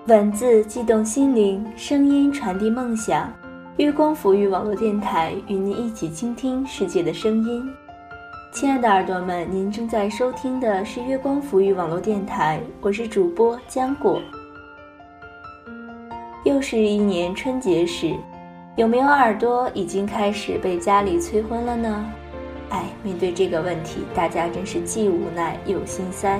文字激动心灵，声音传递梦想。月光抚育网络电台与您一起倾听世界的声音。亲爱的耳朵们，您正在收听的是月光抚育网络电台，我是主播浆果。又是一年春节时，有没有耳朵已经开始被家里催婚了呢？面对这个问题，大家真是既无奈又心塞。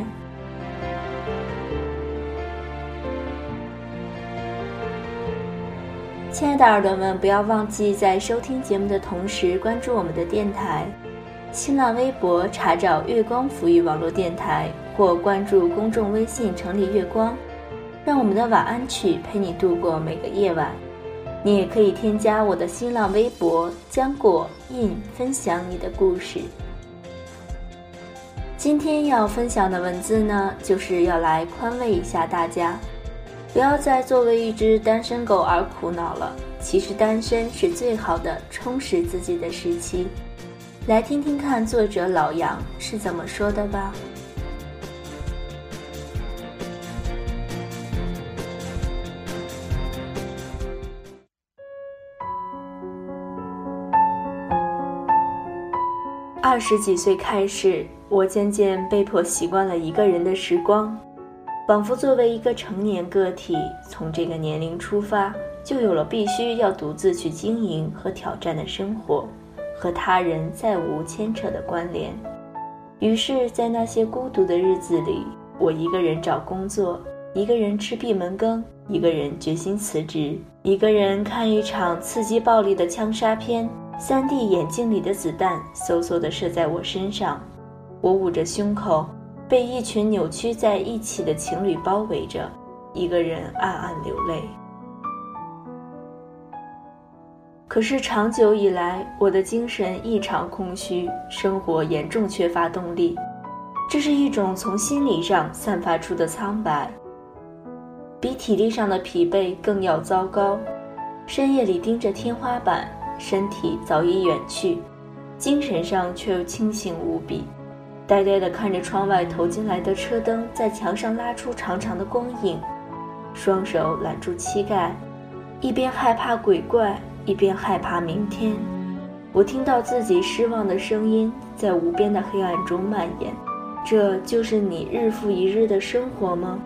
亲爱的耳朵们，不要忘记在收听节目的同时关注我们的电台，新浪微博查找月光抚育网络电台，或关注公众微信城里月光，让我们的晚安曲陪你度过每个夜晚。你也可以添加我的新浪微博浆果印，分享你的故事。今天要分享的文字呢，就是要来宽慰一下大家，不要再作为一只单身狗而苦恼了，其实单身是最好的充实自己的时期。来听听看作者老杨是怎么说的吧。20几岁开始，我渐渐被迫习惯了一个人的时光，仿佛作为一个成年个体，从这个年龄出发，就有了必须要独自去经营和挑战的生活，和他人再无牵扯的关联。于是在那些孤独的日子里，我一个人找工作，一个人吃闭门羹，一个人决心辞职，一个人看一场刺激暴力的枪杀片，3D 眼镜里的子弹嗖嗖地射在我身上，我捂着胸口，被一群扭曲在一起的情侣包围着，一个人暗暗流泪。可是长久以来，我的精神异常空虚，生活严重缺乏动力，这是一种从心理上散发出的苍白，比体力上的疲惫更要糟糕。深夜里盯着天花板，身体早已远去，精神上却又清醒无比，呆呆地看着窗外投进来的车灯在墙上拉出长长的光影，双手揽住膝盖，一边害怕鬼怪，一边害怕明天。我听到自己失望的声音在无边的黑暗中蔓延，这就是你日复一日的生活吗？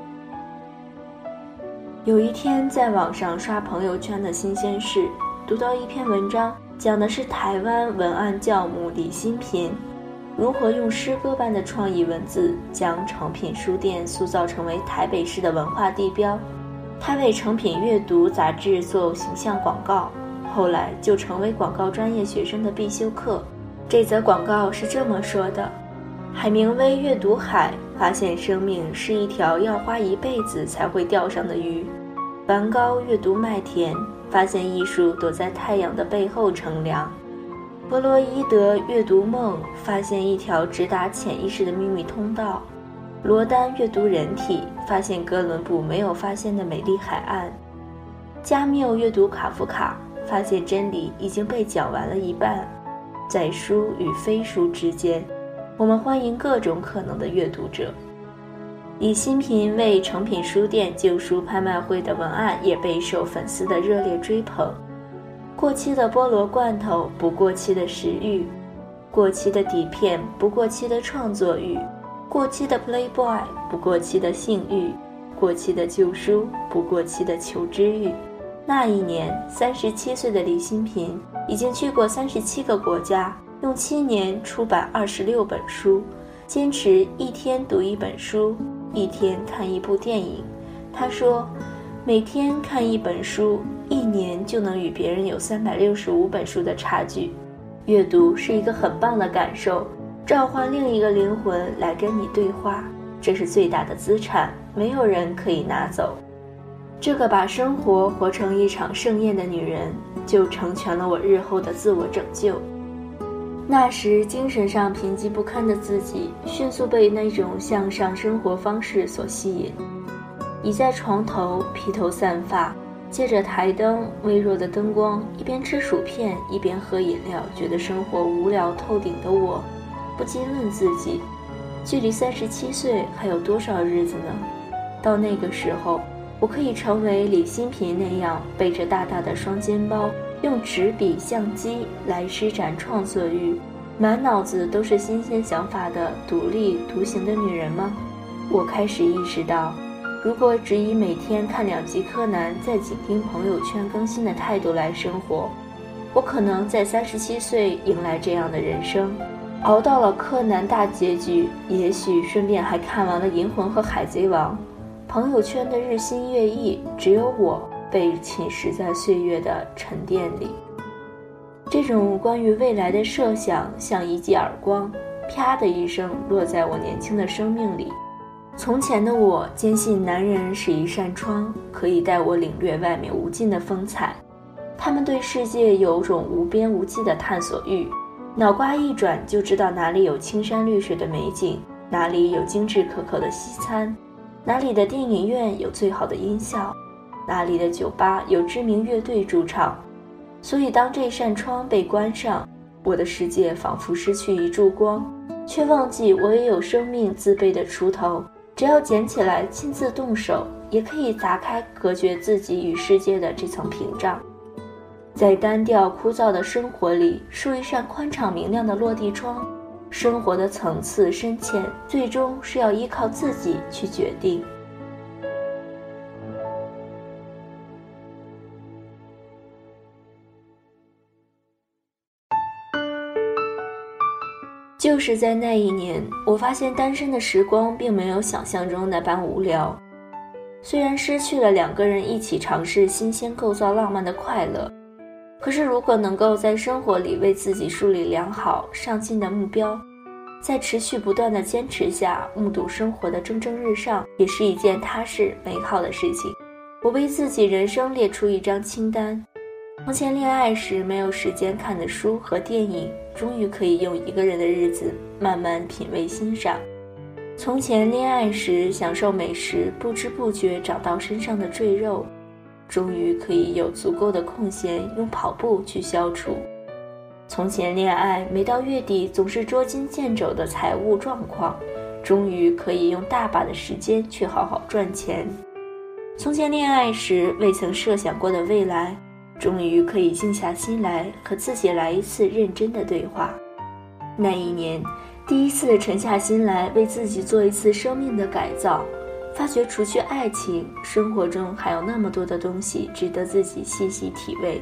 有一天在网上刷朋友圈的新鲜事，读到一篇文章，讲的是台湾文案教母李新平如何用诗歌般的创意文字将诚品书店塑造成为台北市的文化地标。他为诚品阅读杂志做形象广告，后来就成为广告专业学生的必修课。这则广告是这么说的：海明威阅读海，发现生命是一条要花一辈子才会钓上的鱼；梵高阅读麦田，发现艺术躲在太阳的背后乘凉；弗洛伊德阅读梦，发现一条直达潜意识的秘密通道；罗丹阅读人体，发现哥伦布没有发现的美丽海岸；加缪阅读卡夫卡，发现真理已经被讲完了一半。在书与非书之间，我们欢迎各种可能的阅读者。李新平为诚品书店旧书拍卖会的文案也备受粉丝的热烈追捧。过期的菠萝罐头，不过期的食欲；过期的底片，不过期的创作欲；过期的 Playboy， 不过期的性欲；过期的旧书，不过期的求知欲。那一年，37岁的李新平已经去过37个国家，用7年出版26本书，坚持一天读一本书，一天看一部电影。他说，每天看一本书，1年就能与别人有365本书的差距。阅读是一个很棒的感受，召唤另一个灵魂来跟你对话，这是最大的资产，没有人可以拿走。这个把生活活成一场盛宴的女人，就成全了我日后的自我拯救。那时精神上贫瘠不堪的自己，迅速被那种向上生活方式所吸引。倚在床头，披头散发，借着台灯微弱的灯光，一边吃薯片一边喝饮料，觉得生活无聊透顶的我，不禁问自己，距离37岁还有多少日子呢？到那个时候， 我可以成为李新平那样背着大大的双肩包，用纸笔相机来施展创作欲，满脑子都是新鲜想法的独立独行的女人吗？我开始意识到，如果只以每天看2集柯南，在紧盯朋友圈更新的态度来生活，我可能在37岁迎来这样的人生，熬到了柯南大结局，也许顺便还看完了银魂和海贼王。朋友圈的日新月异，只有我被侵蚀在岁月的沉淀里。这种关于未来的设想像一记耳光，啪的一声落在我年轻的生命里。从前的我坚信男人是一扇窗，可以带我领略外面无尽的风采。他们对世界有种无边无际的探索欲，脑瓜一转就知道哪里有青山绿水的美景，哪里有精致可口的西餐，哪里的电影院有最好的音效，哪里的酒吧有知名乐队驻唱。所以当这扇窗被关上，我的世界仿佛失去一束光，却忘记我也有生命自备的锄头，只要捡起来亲自动手，也可以砸开隔绝自己与世界的这层屏障。在单调枯燥的生活里，竖一扇宽敞明亮的落地窗，生活的层次深浅，最终是要依靠自己去决定。就是在那一年，我发现单身的时光并没有想象中那般无聊。虽然失去了2个人一起尝试新鲜构造浪漫的快乐，可是如果能够在生活里为自己树立良好上进的目标，在持续不断的坚持下，目睹生活的蒸蒸日上，也是一件踏实美好的事情。我为自己人生列出一张清单，从前恋爱时没有时间看的书和电影，终于可以用1个人的日子慢慢品味欣赏。从前恋爱时享受美食，不知不觉长到身上的赘肉，终于可以有足够的空闲用跑步去消除。从前恋爱每到月底总是捉襟见肘的财务状况，终于可以用大把的时间去好好赚钱。从前恋爱时未曾设想过的未来，终于可以静下心来和自己来一次认真的对话。那一年，第一次沉下心来为自己做一次生命的改造，发觉除去爱情，生活中还有那么多的东西值得自己细细体味。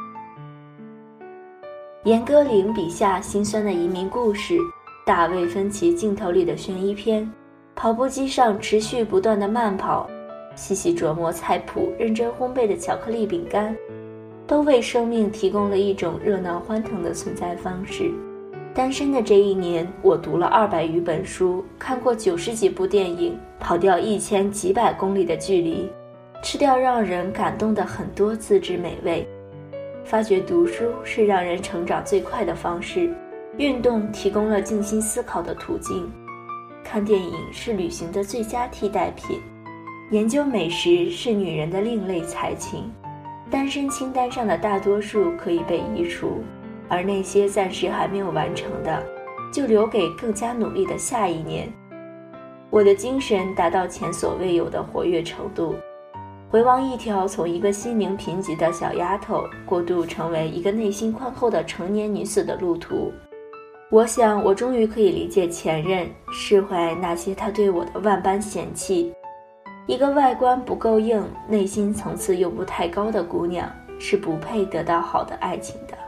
严歌苓笔下心酸的移民故事，大卫芬奇镜头里的悬疑片，跑步机上持续不断的慢跑，细细琢磨菜谱，认真烘焙的巧克力饼干，都为生命提供了一种热闹欢腾的存在方式。单身的这一年，我读了200余本书，看过90几部电影，跑掉1000几百公里的距离，吃掉让人感动的很多自制美味。发觉读书是让人成长最快的方式，运动提供了静心思考的途径，看电影是旅行的最佳替代品，研究美食是女人的另类才情。单身清单上的大多数可以被移除，而那些暂时还没有完成的，就留给更加努力的下一年。我的精神达到前所未有的活跃程度，回望一条从一个心灵贫瘠的小丫头过渡成为一个内心宽厚的成年女子的路途。我想我终于可以理解前任，释怀那些他对我的万般嫌弃。一个外观不够硬，内心层次又不太高的姑娘，是不配得到好的爱情的。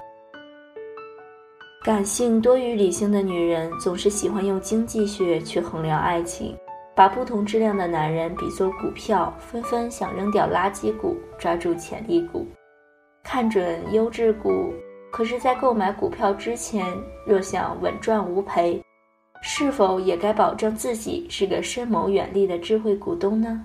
感性多于理性的女人总是喜欢用经济学去衡量爱情，把不同质量的男人比作股票，纷纷想扔掉垃圾股，抓住潜力股，看准优质股。可是在购买股票之前，若想稳赚无赔，是否也该保证自己是个深谋远虑的智慧股东呢？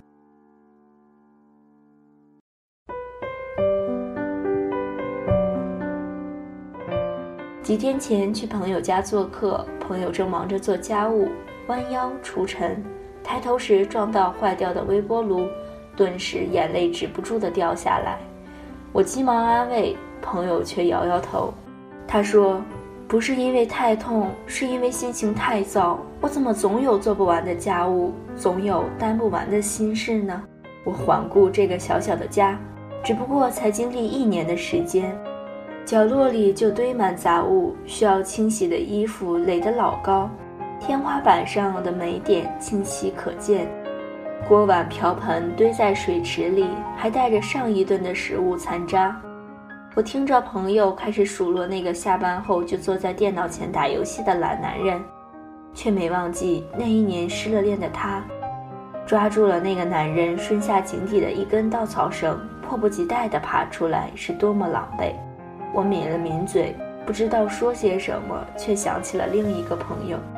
几天前去朋友家做客，朋友正忙着做家务，弯腰除尘，抬头时撞到坏掉的微波炉，顿时眼泪止不住地掉下来。我急忙安慰，朋友却摇摇头。他说，不是因为太痛，是因为心情太糟，我怎么总有做不完的家务，总有担不完的心事呢？ 我环顾这个小小的家，只不过才经历1年的时间，角落里就堆满杂物，需要清洗的衣服垒得老高，天花板上的霉点清晰可见，锅碗瓢盆堆在水池里，还带着上一顿的食物残渣。我听着朋友开始数落那个下班后就坐在电脑前打游戏的懒男人，却没忘记那1年失了恋的他，抓住了那个男人顺下井底的一根稻草绳，迫不及待地爬出来，是多么狼狈。我抿了抿嘴，不知道说些什么，却想起了另一个朋友。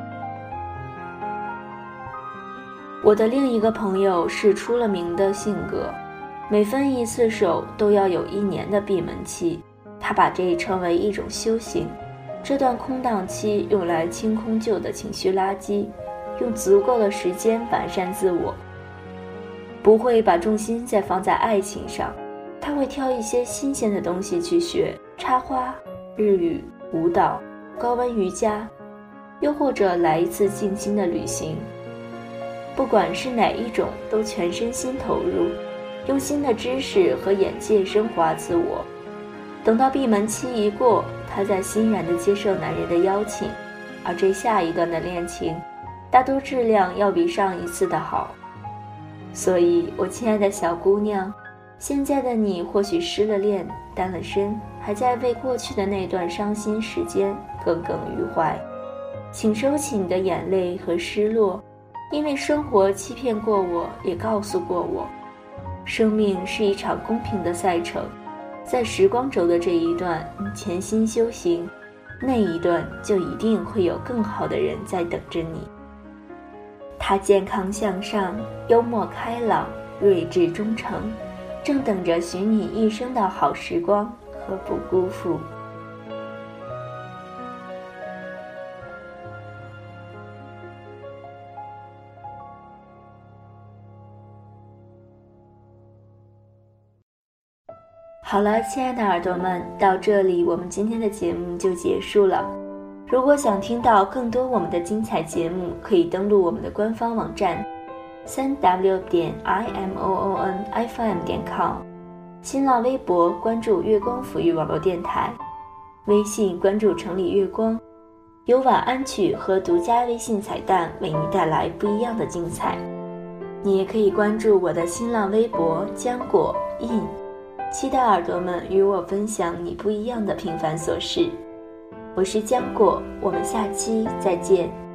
我的另一个朋友是出了名的性格，每分一次手都要有1年的闭门期，他把这称为一种修行。这段空档期用来清空旧的情绪垃圾，用足够的时间完善自我，不会把重心再放在爱情上。他会挑一些新鲜的东西去学，插花、日语、舞蹈、高温瑜伽，又或者来一次静心的旅行。不管是哪一种，都全身心投入，用新的知识和眼界升华自我。等到闭门期一过，他再欣然地接受男人的邀请，而这下一段的恋情大多质量要比上一次的好。所以我亲爱的小姑娘，现在的你或许失了恋，单了身，还在为过去的那段伤心时间耿耿于怀，请收起你的眼泪和失落，因为生活欺骗过我，也告诉过我，生命是一场公平的赛程，在时光轴的这一段你潜心修行，那一段就一定会有更好的人在等着你。他健康向上，幽默开朗，睿智忠诚，正等着许你一生的好时光和不辜负。好了，亲爱的耳朵们，到这里我们今天的节目就结束了。如果想听到更多我们的精彩节目，可以登录我们的官方网站 3w.imoonfm.com， 新浪微博关注月光抚育网络电台，微信关注城里月光，有晚安曲和独家微信彩蛋为你带来不一样的精彩。你也可以关注我的新浪微博浆果印，期待耳朵们与我分享你不一样的平凡琐事。我是浆果，我们下期再见。